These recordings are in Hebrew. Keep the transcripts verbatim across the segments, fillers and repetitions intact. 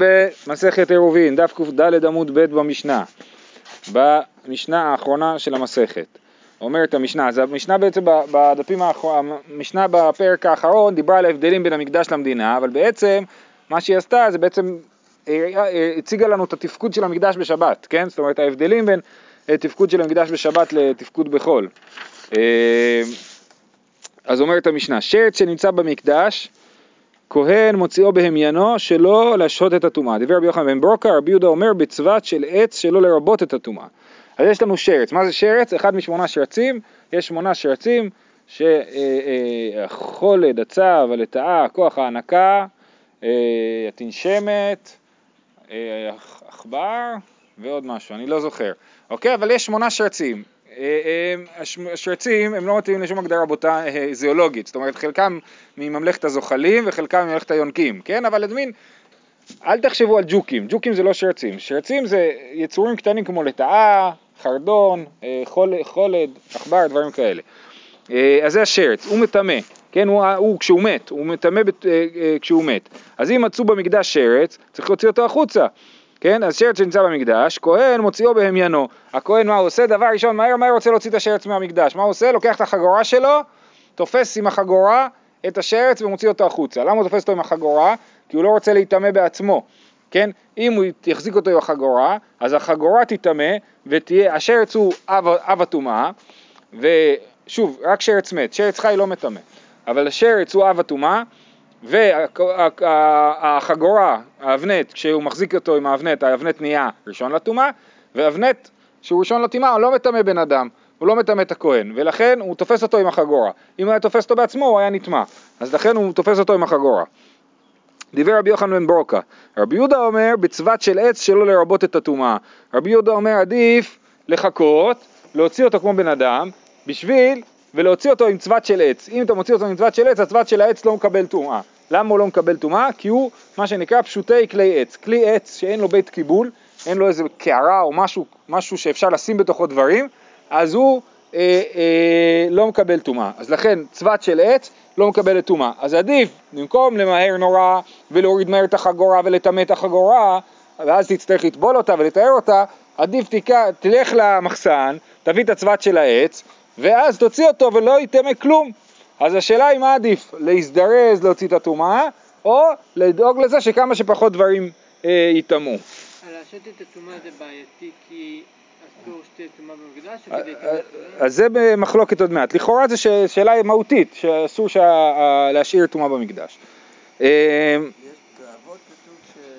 במסכת עירובין, דף קד עמוד ב' במשנה, במשנה האחרונה של המסכת. אומרת המשנה, אז המשנה בעצם בדפים האחרונים, המשנה בפרק האחרון דיברה על ההבדלים בין המקדש למדינה, אבל בעצם מה שהיא עשתה זה בעצם הציגה לנו את התפקוד של המקדש בשבת, כן? זאת אומרת ההבדלים בין תפקוד של המקדש בשבת לתפקוד בחול. אז אומרת המשנה, שרץ שנמצא במקדש, כהן מוציאו בהמיינו שלא להשהות את הטומאה. דיבר רבי יוחנן בן ברוקה, רבי יהודה אומר בצבת של עץ שלא לרבות את הטומאה. אז יש לנו שרץ. מה זה שרץ? אחד משמונה שרצים, יש שמונה שרצים שהחולד, הצב, הלטאה, כוח ההנקה, התנשמת, עכבר ועוד משהו, אני לא זוכר. אוקיי, אבל יש שמונה שרצים. השרצים הם לא מתאימים לשום הגדרה בוטה זיאולוגית, זאת אומרת חלקם מממלכת הזוחלים וחלקם מממלכת היונקים, כן? אבל אדמין, אל תחשבו על ג'וקים, ג'וקים זה לא שרצים, שרצים זה יצורים קטנים כמו לטאה, חרדון, חול, חולד, עכבר, דברים כאלה. אז זה השרץ, הוא מטמא, כן? הוא, הוא כשהוא מת, הוא מטמא כשהוא מת. אז אם מצאו במקדש שרץ, צריך להוציא אותו החוצה. כן, אז שרץ שנמצא במקדש, כהן מוציאו בהמיינו. הכהן מה הוא עושה? דבר ראשון, מהר מהר רוצה להוציא את השרץ מהמקדש. מה הוא עושה? לוקח את החגורה שלו, תופס עם החגורה את השרץ ומוציא אותו החוצה. למה הוא תופס אותו עם החגורה? כי הוא לא רוצה להתאמה בעצמו. כן, אם הוא יחזיק אותו עם החגורה, אז החגורה תתאמה ותהיה, השרץ הוא אב, אב הטומאה, ושוב, רק שרץ מת, שרץ חי לא מתאמה. אבל השרץ הוא אב הטומאה, והחגורה, האבנט, כשהוא מחזיק אותו עם האבנט, האבנט נהיה ראשון לטומאה, והאבנט שהוא ראשון לטומאה, הוא לא מטמא בן אדם, הוא לא מטמא את הכהן, ולכן הוא תופס אותו עם החגורה. אם הוא היה תופס אותו בעצמו, הוא היה נטמא, אז לכן הוא תופס אותו עם החגורה. דיבר רבי יוחנן בן ברוקה, רבי יהודה אומר, בצבת של עץ שלא לרבות את הטומאה. רבי יהודה אומר, עדיף לחכות, להוציא אותו כמו בן אדם, בשביל ולהוציא אותו עם צבת של עץ. אם אתה מוציא אותו עם צבת של עץ, הצבת של העץ לא מקבל טומאה. למה הוא לא מקבל טומאה? כי הוא מה שנקרא פשוטי כלי עץ. כלי עץ שאין לו בית קיבול, אין לו איזה קערה או משהו, משהו שאפשר לשים בתוכו דברים, אז הוא אה, אה, לא מקבל טומאה. אז לכן צבת של עץ לא מקבל טומאה. אז עדיף, במקום למהר נורא ולהוריד מהר את החגורה ולטמא את החגורה, ואז תצטרך לטבול אותה ולתאר אותה, עדיף תיקע, תלך למחסן, תביא את הצבת של העץ, ואז תוציא אותו ולא יתאמה כלום. אז השאלה היא מה עדיף, להזדרז להוציא את הטומאה, או לדאוג לזה שכמה שפחות דברים אה, יתאמו. לעשות את הטומאה זה בעייתי כי אסור שתי טומאה במקדש? אז זה במחלוקת עוד מעט. לכאורה זו שאלה מהותית, שאסור להשאיר טומאה במקדש. באבות כתוב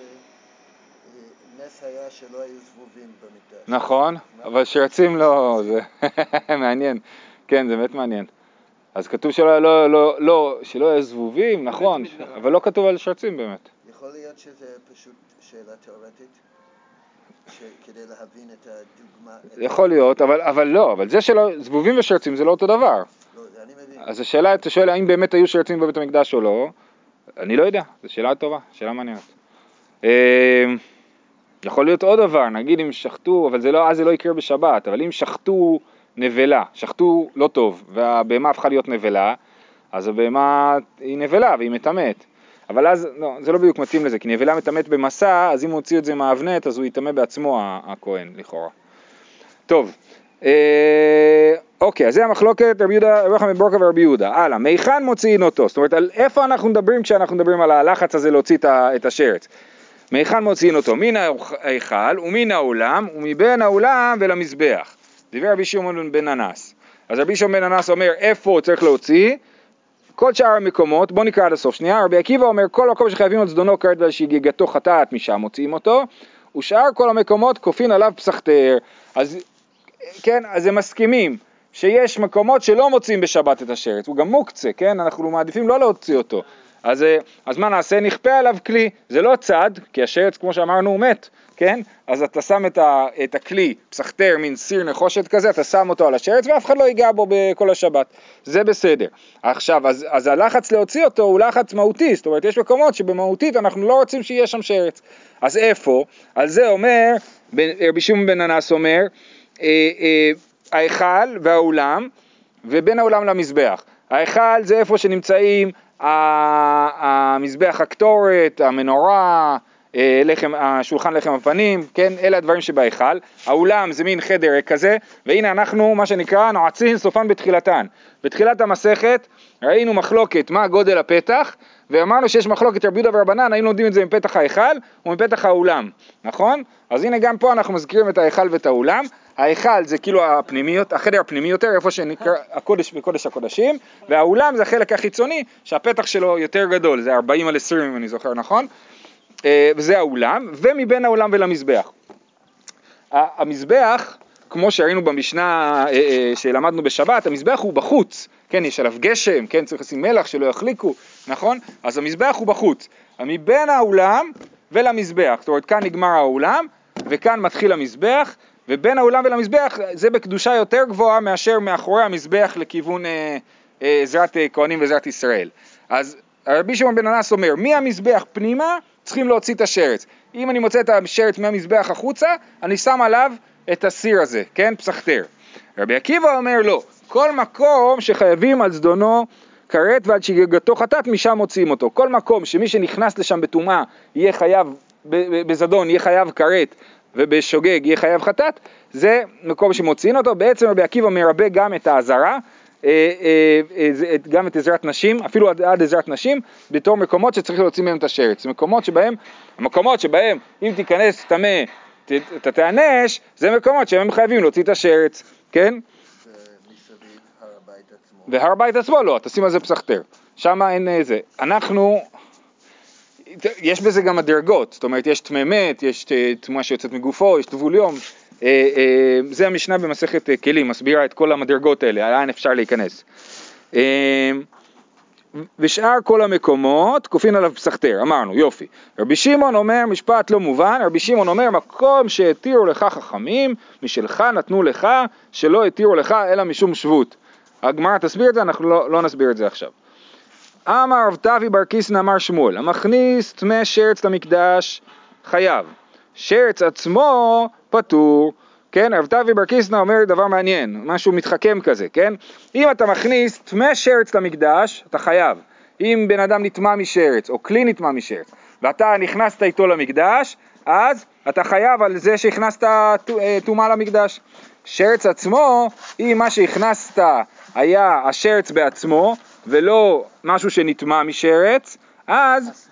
שנס היה שלא היו זבובים במקדש. נכון, אבל שרצים לא, זה מעניין. כן, זה באמת מעניין. אז כתוב שלא, לא, לא, לא, שלא יהיו זבובים, נכון, אבל לא כתוב על שרצים באמת. יכול להיות שזה פשוט שאלה תיאורטית, כדי להבין את הדוגמה. יכול להיות, אבל, אבל לא, אבל זה שלא, זבובים ושרצים זה לא אותו דבר. לא, אני מבין. אז השאלה, אתה שואל, האם באמת היו שרצים בבית המקדש או לא? אני לא יודע, זו שאלה טובה, שאלה מעניינת. יכול להיות עוד דבר, נגיד אם שחטו, אבל זה לא, אז זה לא יקרה בשבת, אבל אם שחטו נבלה, שחטו לא טוב, והבהמה הפכה להיות נבלה, אז הבהמה היא נבלה והיא מטמאת. אבל אז, לא, זה לא בדיוק מתאים לזה, כי נבלה מטמאת במסע, אז אם הוא הוציא את זה מהאבנט, אז הוא יטמא בעצמו הכהן, לכאורה. טוב, אה, אוקיי, אז זה המחלוקת רבי יהודה, רבי יוחנן בן ברוקה ורבי יהודה. הלאה, מיכן מוציאים אותו? זאת אומרת, על איפה אנחנו מדברים כשאנחנו מדברים על הלחץ הזה להוציא את השרץ? מיכן מוציאים אותו? מן ההיכל ומן העולם ומבין העולם ולמזבח. דיבר רבי שמעון בן אנס. אז רבי שמעון בן אנס אומר, איפה צריך להוציא? כל שאר המקומות, בוא נקרא עד הסוף שנייה, רבי עקיבא אומר, כל מקום שחייבים על זדונו כרת ועל שגיגתו חטאת, משם מוציאים אותו, ושאר כל המקומות כופין עליו פסחתר. אז כן, אז הם מסכימים שיש מקומות שלא מוצאים בשבת את השרץ, הוא גם מוקצה, כן, אנחנו מעדיפים לא להוציא אותו. אז, אז מה נעשה? נכפה עליו כלי, זה לא צד, כי השרץ כמו שאמרנו הוא מת, כן? אז אתה שם את, ה, את הכלי, פסחתר, מין סיר נחושת כזה, אתה שם אותו על השרץ ואף אחד לא ייגע בו בכל השבת, זה בסדר. עכשיו, אז, אז הלחץ להוציא אותו הוא לחץ מהותי, זאת אומרת, יש מקומות שבמהותית אנחנו לא רוצים שיהיה שם שרץ. אז איפה? על זה אומר, רבי שמעון בן אנס אומר, אה, אה, ההיכל והאולם, ובין האולם למזבח. ההיכל זה איפה שנמצאים, המזבח הקטורת, המנורה, לחם, השולחן לחם הפנים, כן, אלה הדברים שבהיכל, האולם זה מין חדר כזה, והנה אנחנו, מה שנקרא, נועצין סופן בתחילתן. בתחילת המסכת ראינו מחלוקת מה גודל הפתח, ואמרנו שיש מחלוקת רבי יהודה ורבנן, האם לומדים את זה מפתח ההיכל או מפתח האולם, נכון? אז הנה גם פה אנחנו מזכירים את ההיכל ואת האולם. ההיכל זה כאילו הפנימיות, החדר הפנימי יותר, איפה שנקרא הקודש בקודש הקודשים, והאולם זה החלק החיצוני, שהפתח שלו יותר גדול, זה ארבעים על עשרים אם אני זוכר נכון, וזה האולם, ומבין האולם ולמזבח. המזבח, כמו שראינו במשנה שלמדנו בשבת, המזבח הוא בחוץ, כן, יש עליו גשם, כן, צריך לשים מלח שלא יחליקו, נכון? אז המזבח הוא בחוץ, מבין האולם ולמזבח, זאת אומרת, כאן נגמר האולם, וכאן מתחיל המזבח, ובין האולם ולמזבח זה בקדושה יותר גבוהה מאשר מאחורי המזבח לכיוון אה, אה, עזרת אה, כהנים ועזרת ישראל. אז רבי שמעון בן הנס אומר, מהמזבח פנימה צריכים להוציא את השרץ. אם אני מוצא את השרץ מהמזבח החוצה, אני שם עליו את הסיר הזה, כן? פסחתר. רבי עקיבא אומר לא, כל מקום שחייבים על זדונו כרת ועל שגגתו חטאת, משם מוציאים אותו. כל מקום שמי שנכנס לשם בטומאה יהיה חייב, בזדון יהיה חייב כרת, ובשוגג יהיה חייב חטאת, זה מקום שמוציאים אותו. בעצם רבי עקיבא מרבה גם את העזרה, גם את עזרת נשים, אפילו עד, עד עזרת נשים, בתור מקומות שצריך להוציא מהם את השרץ. מקומות שבהם, המקומות שבהם אם תיכנס תמה, אתה תענש, זה מקומות שהם חייבים להוציא את השרץ, כן? ומסביב הר הבית עצמו. והר הבית עצמו לא, תשים על זה פסחתר. שם אין זה. אנחנו, יש בזה גם הדרגות, זאת אומרת, יש תממת, יש תמומה שיוצאת מגופו, יש טבול יום. זה המשנה במסכת כלים, מסבירה את כל המדרגות האלה, לאן אפשר להיכנס. ושאר כל המקומות כופין עליו פסחתר, אמרנו, יופי. רבי שמעון אומר, משפט לא מובן, רבי שמעון אומר, מקום שהתירו לך חכמים, משלך נתנו לך, שלא התירו לך אלא משום שבות. הגמרא תסביר את זה, אנחנו לא, לא נסביר את זה עכשיו. אמר רב טבי בר קיסנא אמר שמואל, המכניס טמא שרץ למקדש חייב, שרץ עצמו פטור. כן, רב טבי בר קיסנא אומר דבר מעניין, משהו מתחכם כזה, כן? אם אתה מכניס טמא שרץ למקדש, אתה חייב. אם בן אדם נטמא משרץ, או כלי נטמא משרץ, ואתה נכנסת איתו למקדש, אז אתה חייב על זה שהכנסת טומאה למקדש. שרץ עצמו, אם מה שהכנסת היה השרץ בעצמו, ולא משהו שנטמא משרץ, אז...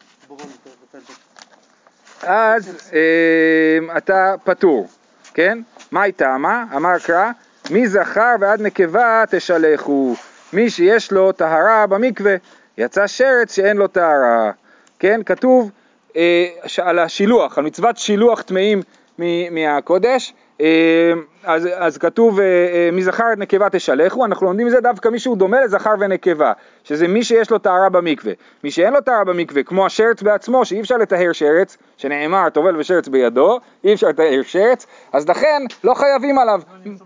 אז אה, אתה פטור. כן? מה הייתה? מה? אמר קרא, מי זכר ועד נקבה תשלחו, מי שיש לו טהרה במקווה, יצא שרץ שאין לו טהרה. כן? כתוב אה, על השילוח, על מצוות שילוח טמאים מהקודש, אה, אז, אז כתוב אה, אה, מי זכר עד נקבה תשלחו, אנחנו לומדים מזה דווקא מישהו דומה לזכר ונקבה, שזה מי שיש לו טהרה במקווה. מי שאין לו טהרה במקווה, כמו השרץ בעצמו, שאי אפשר לטהר שרץ, שנאמר טובל ושרץ בידו, אי אפשר לטהר שרץ, אז לכן לא חייבים עליו.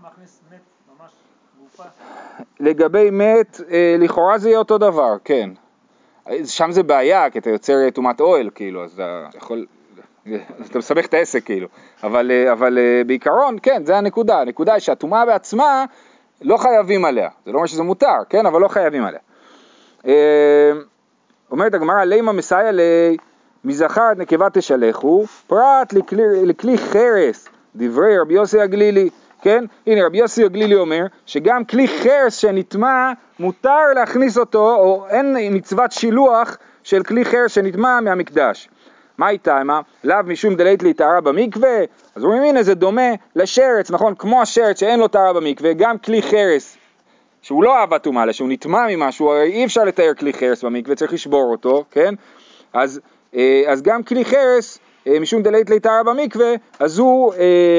לגבי מת, אה, לכאורה זה יהיה אותו דבר, כן. שם זה בעיה, כי אתה יוצר טומאת אוהל, כאילו, אז אתה יכול... אתה מסבך את העסק כאילו, אבל, אבל בעיקרון, כן, זה הנקודה, הנקודה היא שהטומאה בעצמה לא חייבים עליה, זה לא אומר שזה מותר, כן, אבל לא חייבים עליה. אומרת הגמרא, לימה מסייע לי, מזכר עד נקבה תשלחו, פרט לכלי, לכלי חרס, דברי רבי יוסי הגלילי, כן, הנה רבי יוסי הגלילי אומר, שגם כלי חרס שנטמא, מותר להכניס אותו, או אין מצוות שילוח של כלי חרס שנטמא מהמקדש. מה הייתה? מה? לאו משום דלית לי טהרה במקווה, אז אומרים, הנה זה דומה לשרץ, נכון? כמו השרץ שאין לו טהרה במקווה, גם כלי חרס, שהוא לא אהבה טומאה, אלא שהוא נטמא ממשהו, אי אפשר לתאר כלי חרס במקווה, צריך לשבור אותו, כן? אז, אז גם כלי חרס, משום דלית לי טהרה במקווה, אז הוא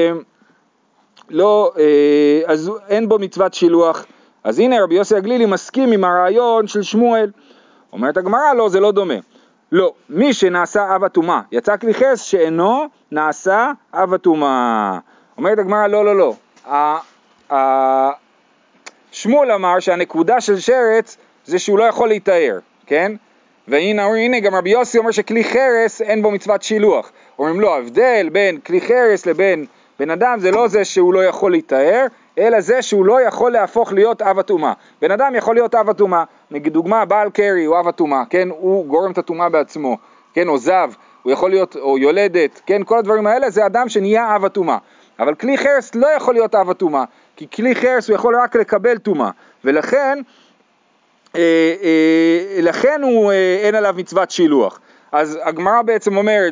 לא, אז אין בו מצוות שילוח. אז הנה רבי יוסי הגלילי מסכים עם הרעיון של שמואל. אומרת הגמרא, לא, זה לא דומה. לא, מי שנעשה אב הטומאה, יצא כלי חרס שאינו נעשה אב הטומאה. אומרת הגמרא, לא, לא, לא. שמואל אמר שהנקודה של שרץ זה שהוא לא יכול להתאר, כן? והנה, הנה גם רבי יוסי אומר שכלי חרס אין בו מצוות שילוח. אומרים לו, ההבדל בין כלי חרס לבין בן אדם זה לא זה שהוא לא יכול להתאר, אלא זה שהוא לא יכול להפוך להיות אב הטומאה. בן אדם יכול להיות אב הטומאה, נגיד דוגמה, בעל קרי הוא אב הטומאה, כן? הוא גורם את הטומאה בעצמו, כן? או זב, הוא יכול להיות, או יולדת, כן, כל הדברים האלה זה אדם שנהיה אב הטומאה. אבל כלי חרס לא יכול להיות אב הטומאה, כי כלי חרס הוא יכול רק לקבל טומאה, ולכן, אה, אה, לכן הוא, אה, אין עליו מצוות שילוח. אז הגמרא בעצם אומרת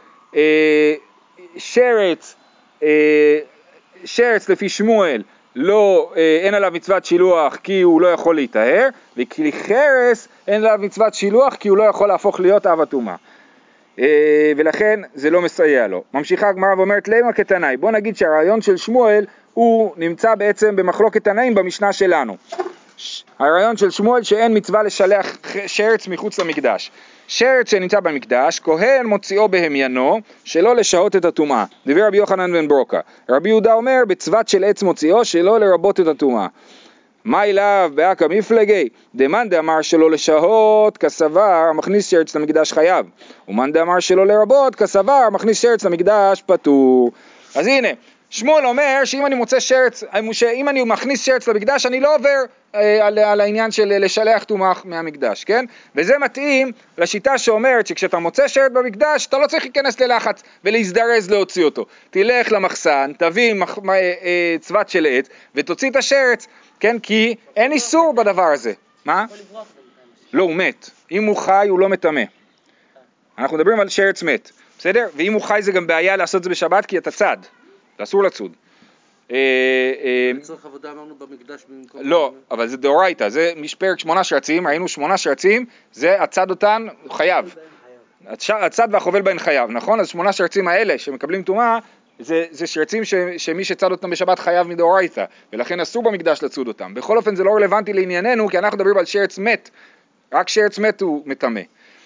ששרץ, אה, אה, שרץ לפי שמואל, לא, אה, אין עליו מצוות שילוח כי הוא לא יכול להתאר, וכלי חרס אין עליו מצוות שילוח כי הוא לא יכול להפוך להיות אב הטומאה. אה, ולכן זה לא מסייע לו. ממשיכה הגמרא ואומרת למה כתנאי, בוא נגיד שהרעיון של שמואל הוא נמצא בעצם במחלוקת תנאים במשנה שלנו. הרעיון של שמואל שאין מצווה לשלח שרץ מחוץ למקדש. שרץ שנמצא במקדש, כהן מוציאו בהמיינו שלא לשהות את הטומאה. דבר רבי יוחנן בן ברוקה. רבי יהודה אומר בצוות של עץ מוציאו שלא לרבות את הטומאה. מה אליו באקא מפלגי? דמאן דאמר שלא לשהות כסבר מכניס שרץ למקדש חייב. ומאן דאמר שלא לרבות כסבר מכניס שרץ למקדש פטור. אז הנה, שמואל אומר שאם אני מוצא שרץ, שאם אני מכניס שרץ למקדש, אני לא עובר אה, על, על העניין של לשלח טומאה מהמקדש, כן? וזה מתאים לשיטה שאומרת שכשאתה מוצא שרץ במקדש, אתה לא צריך להיכנס ללחץ ולהזדרז להוציא אותו. תלך למחסן, תביא מח, אה, אה, צוות של עץ ותוציא את השרץ, כן? כי אין איסור בדבר הזה. מה? לא, הוא מת. אם הוא חי, הוא לא מטמא. אנחנו מדברים על שרץ מת, בסדר? ואם הוא חי זה גם בעיה לעשות זה בשבת כי אתה צד. זה אסור לצוד. לצורך עבודה אמרנו במקדש במקום... לא, אבל זה דאורייתא, זה משפרק שמונה שרצים, ראינו שמונה שרצים, זה הצד אותן חייב. הצד והחובל בהן חייב, נכון? אז שמונה שרצים האלה שמקבלים טומאה, זה, זה שרצים ש, שמי שצד אותם בשבת חייב מדאורייתא, ולכן אסור במקדש לצוד אותם. בכל אופן זה לא רלוונטי לענייננו, כי אנחנו מדברים על שרץ מת, רק שרץ מת הוא מטמא.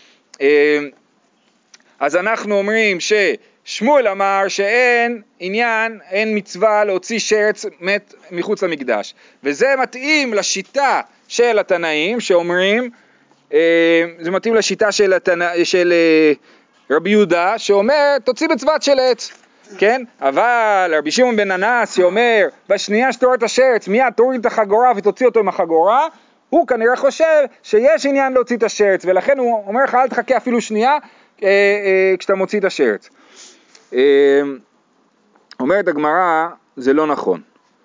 אז אנחנו אומרים ש... שמואל אמר שאין עניין, אין מצווה להוציא שרץ מת מחוץ למקדש. וזה מתאים לשיטה של התנאים שאומרים, אה, זה מתאים לשיטה של, התנא, של אה, רבי יהודה שאומר תוציא בצוות של עץ. כן? אבל רבי שמעון בן אנס שאומר בשנייה שתוריד את השרץ מיד תוריד את החגורה ותוציא אותו עם החגורה, הוא כנראה חושב שיש עניין להוציא את השרץ, ולכן הוא אומר לך אל תחכה אפילו שנייה אה, אה, כשאתה מוציא את השרץ. אומרת הגמרא, זה לא נכון.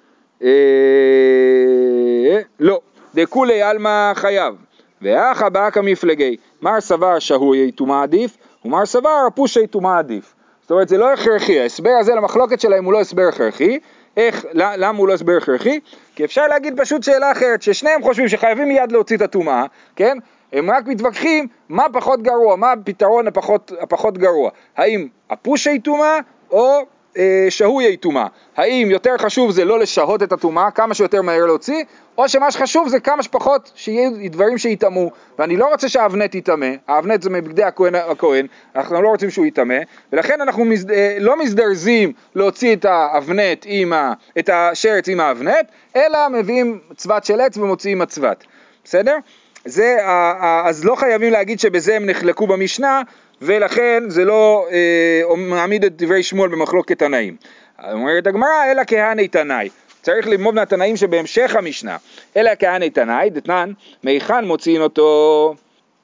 לא, דכולי עלמא חייב, ואחא באקא מפלגי, מר סבר שהוי טומאה עדיף, ומר סבר פושי טומאה עדיף. זאת אומרת, זה לא הכרחי, ההסבר הזה למחלוקת שלהם הוא לא הסבר הכרחי. איך, למה הוא לא הסבר הכרחי? כי אפשר להגיד פשוט שאלה אחרת, ששניהם חושבים שחייבים מיד להוציא את הטומאה, כן? הם רק מתווכחים מה פחות גרוע, מה הפתרון הפחות, הפחות גרוע. האם הפושי טומאה או אה, שהוי טומאה? האם יותר חשוב זה לא לשהות את הטומאה, כמה שיותר מהר להוציא, או שמה שחשוב זה כמה שפחות שיהיו דברים שיתאמו, ואני לא רוצה שהאבנט יתאמה, האבנט זה מבגדי הכהן, הכהן, אנחנו לא רוצים שהוא יתאמה, ולכן אנחנו מזד... לא מזדרזים להוציא את האבנט עם ה... את השרץ עם האבנט, אלא מביאים צוות של עץ ומוציאים הצוות. בסדר? זה, אז לא חייבים להגיד שבזה הם נחלקו במשנה, ולכן זה לא אה, מעמיד את דברי שמואל במחלוקת תנאים. אומרת הגמרא, אלא כהני תנאי. צריך ללמוד מהתנאים שבהמשך המשנה. אלא כהני תנאי, דתנן, מיכן מוציאים אותו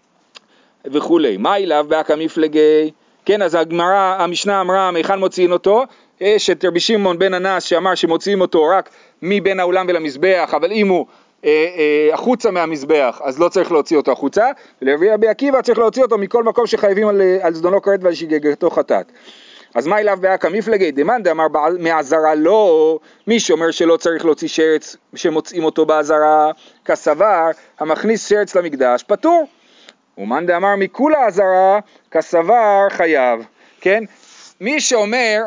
וכולי. מה אליו באקא מפלגי? כן, אז הגמרא, המשנה אמרה, מיכן מוציאים אותו, יש את רבי שמעון בן אנס שאמר שמוציאים אותו רק מבין האולם ולמזבח, אבל אם הוא אה, אה, החוצה מהמזבח, אז לא צריך להוציא אותו החוצה, ולרבי עקיבא צריך להוציא אותו מכל מקום שחייבים על, על זדונו כרת ועל שגגתו חטאת. אז מה אליו באקא מפלגי? דמאן דאמר מעזרה לא, מי שאומר שלא צריך להוציא שרץ שמוצאים אותו בעזרה כסבר, המכניס שרץ למקדש פטור. ומאן דאמר מכולה עזרה כסבר חייב. כן? מי שאומר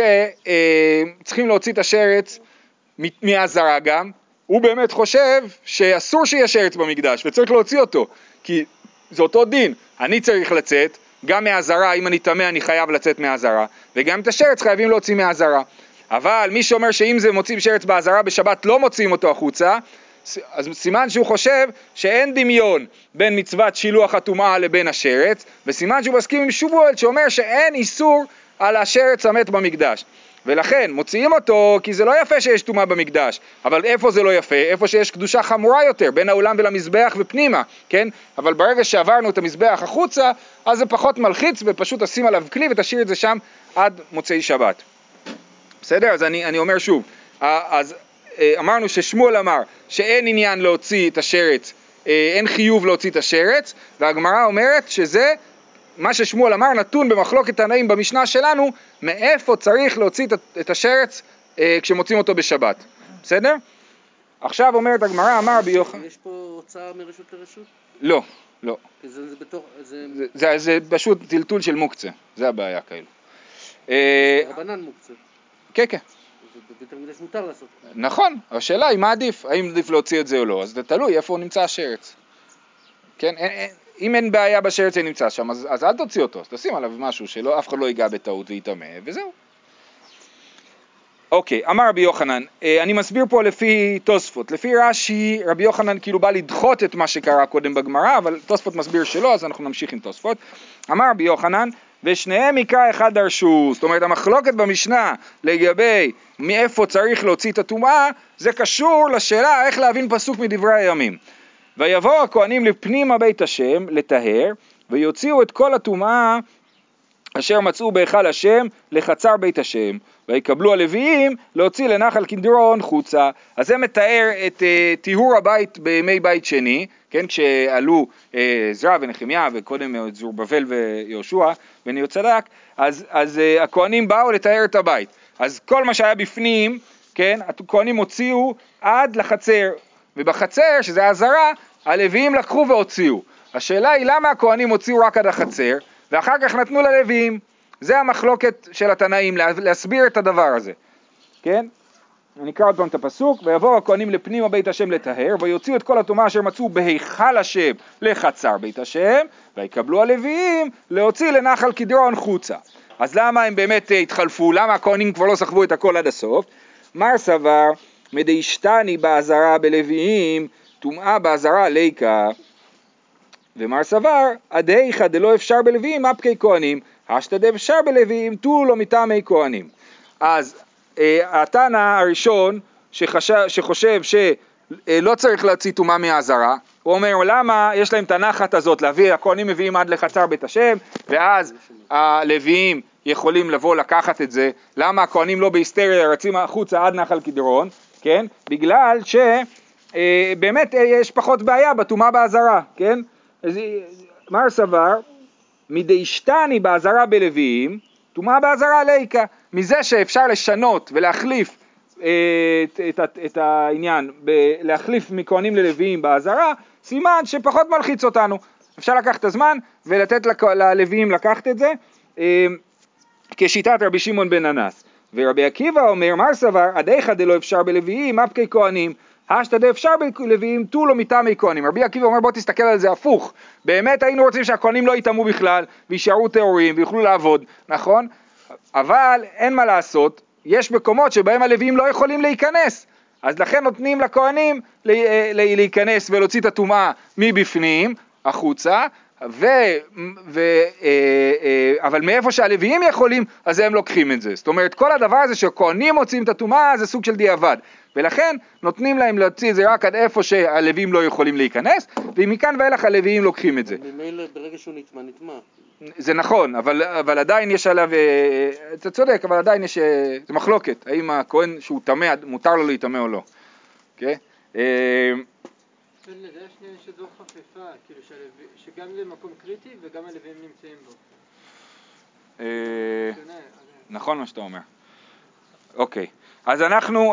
שצריכים להוציא את השרץ מעזרה גם, הוא באמת חושב שאסור שיהיה שרץ במקדש וצריך להוציא אותו, כי זה אותו דין, אני צריך לצאת, גם מהעזרה, אם אני טמא אני חייב לצאת מהעזרה, וגם את השרץ חייבים להוציא מהעזרה. אבל מי שאומר שאם זה מוצאים שרץ בעזרה בשבת לא מוציאים אותו החוצה, אז סימן שהוא חושב שאין דמיון בין מצוות שילוח הטומאה לבין השרץ, וסימן שהוא מסכים עם שמואל שאומר שאין איסור על השרץ המת במקדש. ולכן מוציאים אותו כי זה לא יפה שיש טומאה במקדש, אבל איפה זה לא יפה? איפה שיש קדושה חמורה יותר, בין העולם ולמזבח ופנימה, כן? אבל ברגע שעברנו את המזבח החוצה, אז זה פחות מלחיץ ופשוט תשים עליו כלי ותשאיר את זה שם עד מוצאי שבת. בסדר? אז אני, אני אומר שוב, אז אמרנו ששמואל אמר שאין עניין להוציא את השרץ, אין חיוב להוציא את השרץ, והגמרא אומרת שזה מה ששמואל אמר נתון במחלוקת תנאים במשנה שלנו, מאיפה צריך להוציא את השרץ אה, כשמוצאים אותו בשבת. בסדר? עכשיו אומרת הגמרא, אמר ביוחנן... יש פה הוצאה מרשות לרשות? לא, לא. זה, זה, בתור, זה... זה, זה, זה פשוט טלטול של מוקצה, זה הבעיה כאילו. רבנן מוקצה. כן, כן. בבית המקדש מותר לעשות. נכון, השאלה היא מה עדיף, האם עדיף להוציא את זה או לא, אז זה תלוי איפה הוא נמצא השרץ. כן, אין, אין, אם אין בעיה בשרץ שנמצא שם, אז, אז אל תוציא אותו, אז תשים עליו משהו שלא, אף אחד לא ייגע בטעות ויתאמה, וזהו. אוקיי, אמר רבי יוחנן, אני מסביר פה לפי תוספות, לפי רש"י, רבי יוחנן כאילו בא לדחות את מה שקרה קודם בגמרא, אבל תוספות מסביר שלא, אז אנחנו נמשיך עם תוספות. אמר רבי יוחנן, ושניהם מקרא אחד דרשו, זאת אומרת המחלוקת במשנה לגבי מאיפה צריך להוציא את הטומאה, זה קשור לשאלה איך להבין פסוק מדברי הימים. ויבואו הכהנים לפנימה בית השם לטהר, ויוציאו את כל הטומאה אשר מצאו בהיכל השם לחצר בית השם, ויקבלו הלוויים להוציא לנחל קדרון חוצה. אז זה מתאר את uh, טיהור הבית בימי בית שני, כן, כשעלו עזרא uh, ונחמיה וקודם uh, זרובבל ויהושע בן יהוצדק, אז, אז uh, הכהנים באו לתאר את הבית. אז כל מה שהיה בפנים, כן, הכהנים הוציאו עד לחצר, ובחצר, שזה הזרה, הלוויים לקחו והוציאו. השאלה היא למה הכהנים הוציאו רק עד החצר, ואחר כך נתנו ללוויים. זה המחלוקת של התנאים, להסביר את הדבר הזה. כן? אני אקרא עוד פעם את הפסוק, ויבואו הכהנים לפנימה בית השם לטהר, ויוציאו את כל הטומאה אשר מצאו בהיכל השם לחצר בית השם, ויקבלו הלוויים להוציא לנחל קדרון חוצה. אז למה הם באמת התחלפו? למה הכהנים כבר לא סחבו את הכל עד הסוף? מר סבר, מדאישתני בעזרה בלוויים, טומאה בעזרה ליקה, ומר סבר, עדיך דלא אפשר בלוויים, אפקי כהנים, השתד אפשר בלוויים, תו לא מטעמי כהנים. אז אה, התנא הראשון שחשב, שחושב שלא צריך להוציא טומאה מהעזרה, הוא אומר, למה יש להם את הנחת הזאת להביא, הכהנים מביאים עד לחצר בית השם, ואז הלוויים יכולים לבוא לקחת את זה, למה הכהנים לא בהיסטריה רצים החוצה עד נחל קדרון, כן? בגלל שבאמת אה, יש פחות בעיה בטומאה בעזרה, כן? אז מר סבר, מדאישתני בעזרה בלוויים, טומאה בעזרה ליקה, מזה שאפשר לשנות ולהחליף את, את, את, את העניין, ב- להחליף מכהנים ללוויים בעזרה, סימן שפחות מלחיץ אותנו. אפשר לקחת את הזמן ולתת ללוויים לקחת את זה, כשיטת רבי שמעון בן אנס. ורבי עקיבא אומר, מר סבר, עדיך דלא אפשר בלוויים, אפקי כהנים, השתד אפשר בלוויים, תו לא מטעמי כהנים. רבי עקיבא אומר, בוא תסתכל על זה הפוך. באמת היינו רוצים שהכהנים לא יטמאו בכלל, וישארו טהורים, ויוכלו לעבוד, נכון? אבל אין מה לעשות, יש מקומות שבהם הלוויים לא יכולים להיכנס. אז לכן נותנים לכהנים להיכנס ולהוציא את הטומאה מבפנים, החוצה, ו, ו, אבל מאיפה שהלוויים יכולים, אז הם לוקחים את זה. זאת אומרת, כל הדבר הזה שהכהנים מוצאים את הטומאה, זה סוג של דיעבד. ולכן נותנים להם להוציא את זה רק עד איפה שהלוויים לא יכולים להיכנס, ומכאן ואילך הלוויים לוקחים את זה. ממילא ברגע שהוא נטמע, נטמע. זה נכון, אבל, אבל עדיין יש עליו, אתה צודק, אבל עדיין יש, זה מחלוקת, האם הכהן שהוא טמא, מותר לו להיטמא או לא. אוקיי? זה השנייה שזו חפיפה, כאילו שגם זה מקום קריטי וגם הלוויים נמצאים בו. נכון מה שאתה אומר. אוקיי, אז אנחנו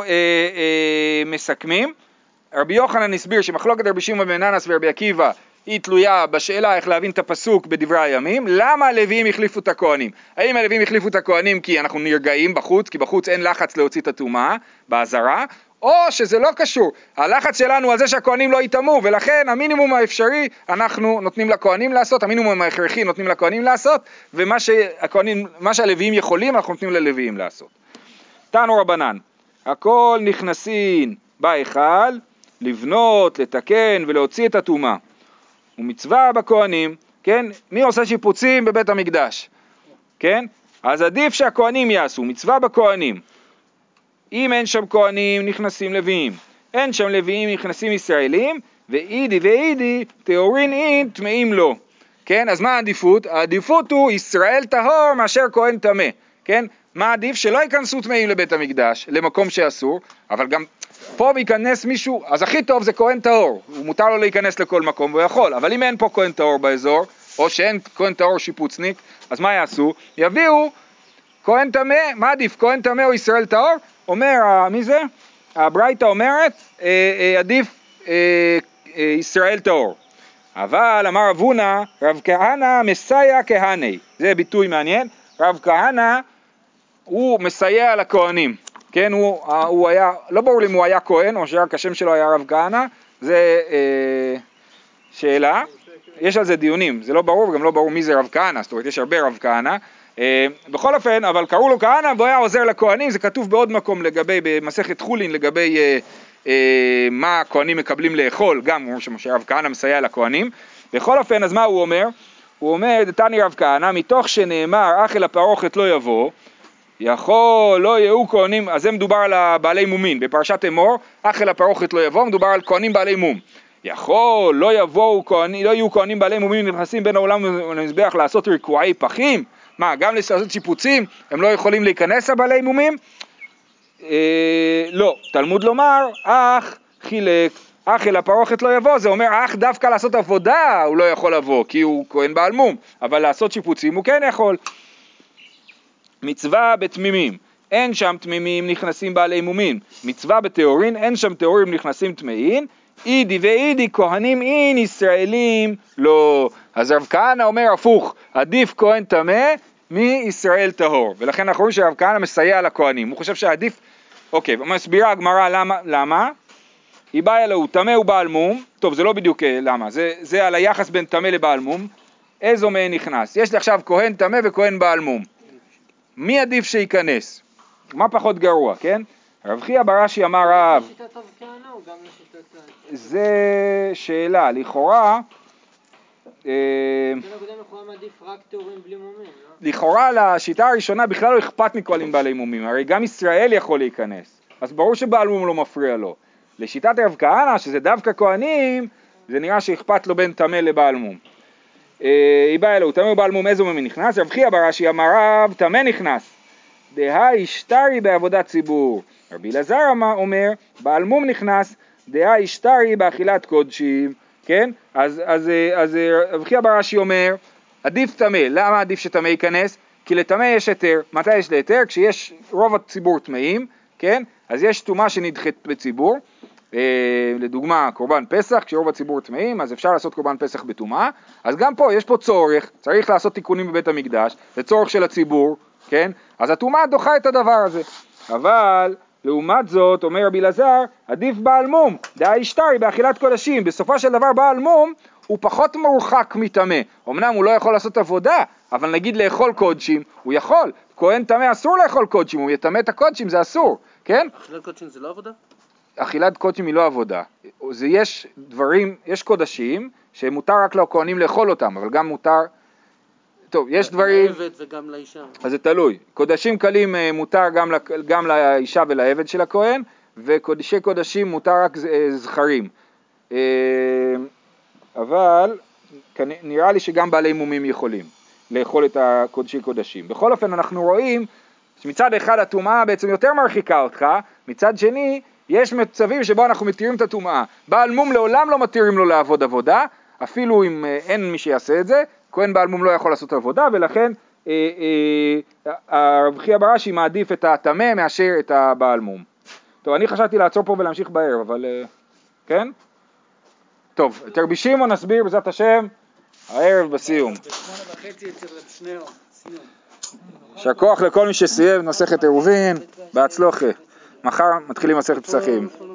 מסכמים. רבי יוחנן הסביר שמחלוקת רבי שמעון בן אנס ורבי עקיבא היא תלויה בשאלה איך להבין את הפסוק בדברי הימים. למה הלוויים החליפו את הכהנים? האם הלוויים החליפו את הכהנים כי אנחנו נרגעים בחוץ, כי בחוץ אין לחץ להוציא את הטומאה בעזרה, או שזה לא קשור, הלחץ שלנו על זה שהכהנים לא יטמאו, ולכן המינימום האפשרי אנחנו נותנים לכהנים לעשות, המינימום ההכרחי נותנים לכהנים לעשות, ומה שהכהנים, מה שהלוויים יכולים אנחנו נותנים ללוויים לעשות. תנו רבנן, הכל נכנסין בהיכל, לבנות, לתקן ולהוציא את הטומאה. ומצווה בכהנים, כן? מי עושה שיפוצים בבית המקדש? כן? אז עדיף שהכהנים יעשו, מצווה בכהנים. אם אין שם כהנים נכנסים לוויים, אין שם לוויים נכנסים ישראלים, ואידי ואידי טהורין אין טמאים לו. כן, אז מה העדיפות? העדיפות הוא ישראל טהור מאשר כהן טמא. כן, מה עדיף? שלא ייכנסו טמאים לבית המקדש, למקום שאסור, אבל גם פה ייכנס מישהו, אז הכי טוב זה כהן טהור, הוא מותר לו להיכנס לכל מקום והוא יכול, אבל אם אין פה כהן טהור באזור, או שאין כהן טהור שיפוצניק, אז מה יעשו? יביאו כהן טמא, מה עדיף? כהן טמא או ישראל טהור? אומר, מי זה? הברייתא אומרת, אה, אה, עדיף אה, אה, ישראל טהור. אבל אמר רב הונא, רב כהנא מסייע כהני, זה ביטוי מעניין, רב כהנא הוא מסייע לכהנים, כן, הוא, הוא היה, לא ברור לי אם הוא היה כהן או שרק השם שלו היה רב כהנא, זה אה, שאלה, יש על זה דיונים, זה לא ברור, גם לא ברור מי זה רב כהנא, זאת אומרת יש הרבה רב כהנא, אה, בכל אופן, אבל קראו לו כהנא והוא היה עוזר לכהנים, זה כתוב בעוד מקום לגבי, במסכת חולין, לגבי אה, אה, מה הכהנים מקבלים לאכול, גם הוא שרב כהנא מסייע לכהנים, בכל אופן, אז מה הוא אומר? הוא אומר, דתני רב כהנא, מתוך שנאמר, אך אל הפרוכת לא יבוא, יכול, לא יהיו כהנים, אז זה מדובר על בעלי מומין, בפרשת אמור, אך אל הפרוכת לא יבוא, מדובר על כהנים בעלי מום. יכול, לא יבואו כהנים, לא יהיו כהנים בעלי מומים נכנסים בין העולם למזבח לעשות ריקועי פחים? מה, גם לעשות שיפוצים, הם לא יכולים להיכנס לבעלי מומים? אה, לא, תלמוד לומר, אך חילק, אך אל הפרוכת לא יבוא, זה אומר, אך דווקא לעשות עבודה הוא לא יכול לבוא, כי הוא כהן בעל מום, אבל לעשות שיפוצים הוא כן יכול. מצווה בתמימים, אין שם תמימים נכנסים בעלי מומים, מצווה בטהורין, אין שם טהורים נכנסים טמאים, אידי ואידי כהנים אין ישראלים לא. אז רב כהנא אומר הפוך, עדיף כהן טמא מישראל טהור, ולכן אנחנו רואים שרב כהנא מסייע לכהנים, הוא חושב שעדיף, אוקיי, מסבירה הגמרא למה, למה? היא באה אלוהו, טמא הוא בעל מום, טוב זה לא בדיוק למה, זה, זה על היחס בין טמא לבעל מום, איזו מהן נכנס, יש לי עכשיו כהן טמא וכהן בעל מום, מי עדיף שייכנס? מה פחות גרוע, כן? רב חייא ברש"י אמר רב, לשיטת רב כהנא או גם לשיטת... זה שאלה, לכאורה, כן, הקודם לכאורה מעדיף רק טהורים בלי מומים, לא? לכאורה לשיטה הראשונה בכלל לא אכפת מכהנים בעלי מומים, הרי גם ישראל יכול להיכנס, אז ברור שבעל מום לא מפריע לו. לשיטת רב כהנא, שזה דווקא כהנים, זה נראה שאכפת לו בין טמא לבעל מום. היא באה אלוהו, טמא ובעל מום איזו ממי נכנס? רב חייא ברש"י אמר רב, טמא נכנס. דהה השתרי בעבודת ציבור. רבי אלעזר אומר, בעל מום נכנס, דהה השתרי באכילת קודשים, כן? אז, אז, אז רב חייא ברש"י אומר, עדיף טמא. למה עדיף שטמא ייכנס? כי לטמא יש היתר. מתי יש להיתר? כשיש רוב הציבור טמאים, כן? אז יש טומאה שנדחית בציבור. לדוגמה, קורבן פסח, כשרוב הציבור טמאים, אז אפשר לעשות קורבן פסח בטומאה. אז גם פה, יש פה צורך, צריך לעשות תיקונים בבית המקדש, זה צורך של הציבור, כן? אז הטומאה דוחה את הדבר הזה. אבל, לעומת זאת, אומר רבי אלעזר, עדיף בעל מום, דהה השתרי באכילת קודשים. בסופו של דבר, בעל מום הוא פחות מורחק מטמא. אמנם הוא לא יכול לעשות עבודה, אבל נגיד לאכול קודשים, הוא יכול. כהן טמא אסור לאכול קודשים, הוא יטמא את הקודשים, זה אסור, כן? אכילת קודשים זה לא עבודה? אכילת קודשים היא לא עבודה, זה יש דברים, יש קודשים שמותר רק לכהנים לאכול אותם, אבל גם מותר, טוב, יש דברים, לעבד וגם לאישה. אז זה תלוי, קודשים קלים מותר גם, גם לאישה ולעבד של הכהן, וקודשי קודשים מותר רק זכרים, אבל נראה לי שגם בעלי מומים יכולים לאכול את הקודשי קודשים. בכל אופן אנחנו רואים שמצד אחד הטומאה בעצם יותר מרחיקה אותך, מצד שני יש מצבים שבו אנחנו מתירים את הטומאה. בעל מום לעולם לא מתירים לו לעבוד עבודה, אפילו אם אין מי שיעשה את זה, כהן בעל מום לא יכול לעשות עבודה, ולכן אה, אה, הרב חייא ברש"י מעדיף את הטמא מאשר את הבעל מום. טוב, אני חשבתי לעצור פה ולהמשיך בערב, אבל אה, כן? טוב, את רבי שמעון נסביר בעזרת השם, הערב בסיום. בשמונה וחצי אצל רב שניאור, סיום. יישר כוח לכל מי שסיים מסכת עירובין, בהצלחה. מחר מתחילים מסכת פסחים.